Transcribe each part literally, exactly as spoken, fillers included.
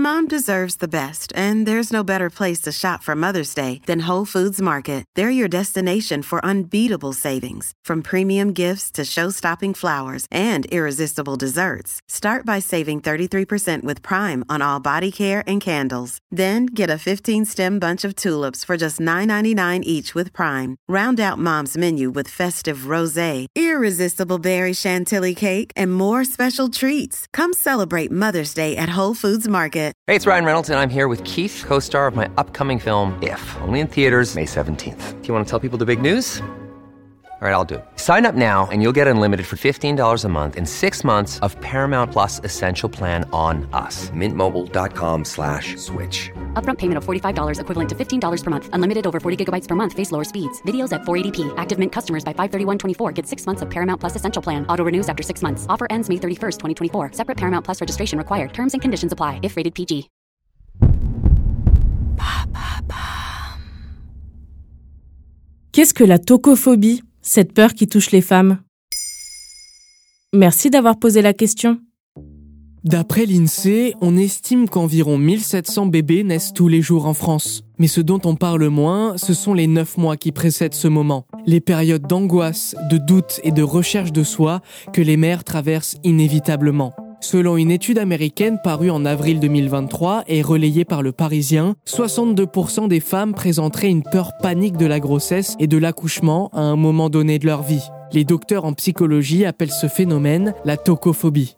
Mom deserves the best, and there's no better place to shop for Mother's Day than Whole Foods Market. They're your destination for unbeatable savings, from premium gifts to show-stopping flowers and irresistible desserts. Start by saving thirty-three percent with Prime on all body care and candles. Then get a fifteen-stem bunch of tulips for just nine ninety-nine each with Prime. Round out Mom's menu with festive rosé, irresistible berry chantilly cake, and more special treats. Come celebrate Mother's Day at Whole Foods Market. Hey, it's Ryan Reynolds, and I'm here with Keith, co-star of my upcoming film, If, only in theaters May seventeenth. Do you want to tell people the big news? All right, I'll do it. Sign up now and you'll get unlimited for fifteen dollars a month and six months of Paramount Plus Essential Plan on us. Mint Mobile dot com slash switch. Upfront payment of forty-five dollars equivalent to fifteen dollars per month. Unlimited over forty gigabytes per month. Face lower speeds. Videos at four eighty p. Active Mint customers by five thirty-one twenty-four get six months of Paramount Plus Essential Plan. Auto renews after six months. Offer ends May thirty-first, twenty twenty-four. Separate Paramount Plus registration required. Terms and conditions apply if rated P G. Qu'est-ce que la tocophobie, cette peur qui touche les femmes? Merci d'avoir posé la question. D'après l'INSEE, on estime qu'environ mille sept cents bébés naissent tous les jours en France. Mais ce dont on parle moins, ce sont les neuf mois qui précèdent ce moment. Les périodes d'angoisse, de doute et de recherche de soi que les mères traversent inévitablement. Selon une étude américaine parue en avril deux mille vingt-trois et relayée par Le Parisien, soixante-deux pour cent des femmes présenteraient une peur panique de la grossesse et de l'accouchement à un moment donné de leur vie. Les docteurs en psychologie appellent ce phénomène la tocophobie.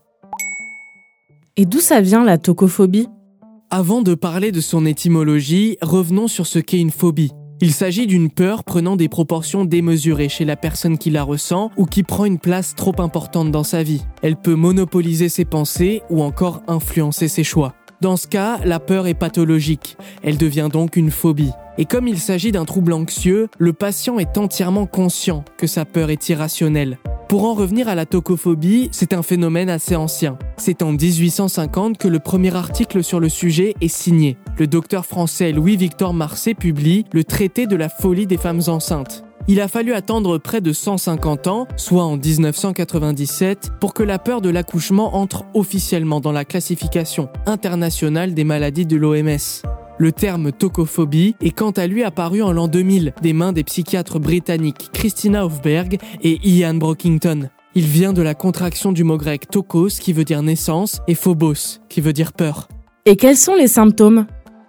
Et d'où ça vient la tocophobie? Avant de parler de son étymologie, revenons sur ce qu'est une phobie. Il s'agit d'une peur prenant des proportions démesurées chez la personne qui la ressent ou qui prend une place trop importante dans sa vie. Elle peut monopoliser ses pensées ou encore influencer ses choix. Dans ce cas, la peur est pathologique. Elle devient donc une phobie. Et comme il s'agit d'un trouble anxieux, le patient est entièrement conscient que sa peur est irrationnelle. Pour en revenir à la tocophobie, c'est un phénomène assez ancien. C'est en dix-huit cent cinquante que le premier article sur le sujet est signé. Le docteur français Louis-Victor Marcet publie le traité de la folie des femmes enceintes. Il a fallu attendre près de cent cinquante ans, soit en dix-neuf cent quatre-vingt-dix-sept, pour que la peur de l'accouchement entre officiellement dans la classification internationale des maladies de l'O M S. Le terme tocophobie est quant à lui apparu en l'an deux mille, des mains des psychiatres britanniques Christina Hofberg et Ian Brockington. Il vient de la contraction du mot grec tokos qui veut dire naissance et phobos qui veut dire peur. Et quels sont les symptômes?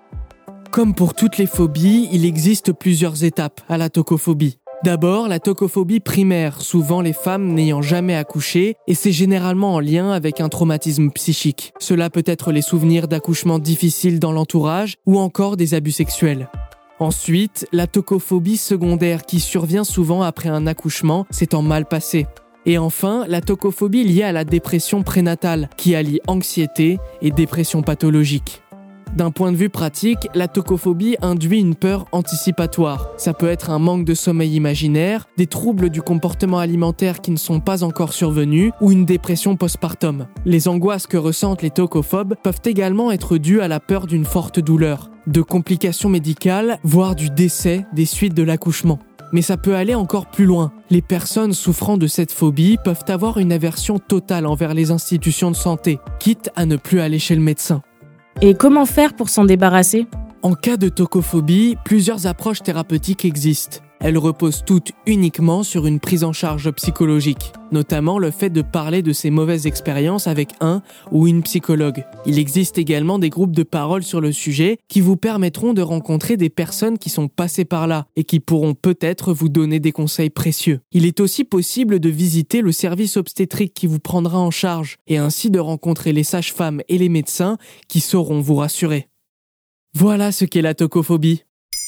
Comme pour toutes les phobies, il existe plusieurs étapes à la tocophobie. D'abord, la tocophobie primaire, souvent les femmes n'ayant jamais accouché, et c'est généralement en lien avec un traumatisme psychique. Cela peut être les souvenirs d'accouchements difficiles dans l'entourage ou encore des abus sexuels. Ensuite, la tocophobie secondaire qui survient souvent après un accouchement s'étant mal passé. Et enfin, la tocophobie liée à la dépression prénatale, qui allie anxiété et dépression pathologique. D'un point de vue pratique, la tocophobie induit une peur anticipatoire. Ça peut être un manque de sommeil imaginaire, des troubles du comportement alimentaire qui ne sont pas encore survenus ou une dépression postpartum. Les angoisses que ressentent les tocophobes peuvent également être dues à la peur d'une forte douleur, de complications médicales, voire du décès des suites de l'accouchement. Mais ça peut aller encore plus loin. Les personnes souffrant de cette phobie peuvent avoir une aversion totale envers les institutions de santé, quitte à ne plus aller chez le médecin. Et comment faire pour s'en débarrasser? En cas de tocophobie, plusieurs approches thérapeutiques existent. Elles reposent toutes uniquement sur une prise en charge psychologique, notamment le fait de parler de ses mauvaises expériences avec un ou une psychologue. Il existe également des groupes de parole sur le sujet qui vous permettront de rencontrer des personnes qui sont passées par là et qui pourront peut-être vous donner des conseils précieux. Il est aussi possible de visiter le service obstétrique qui vous prendra en charge et ainsi de rencontrer les sages-femmes et les médecins qui sauront vous rassurer. Voilà ce qu'est la tocophobie.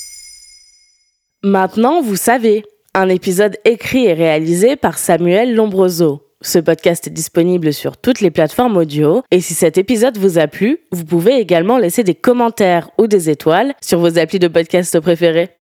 Maintenant, vous savez, un épisode écrit et réalisé par Samuel Lombroso. Ce podcast est disponible sur toutes les plateformes audio et si cet épisode vous a plu, vous pouvez également laisser des commentaires ou des étoiles sur vos applis de podcast préférés.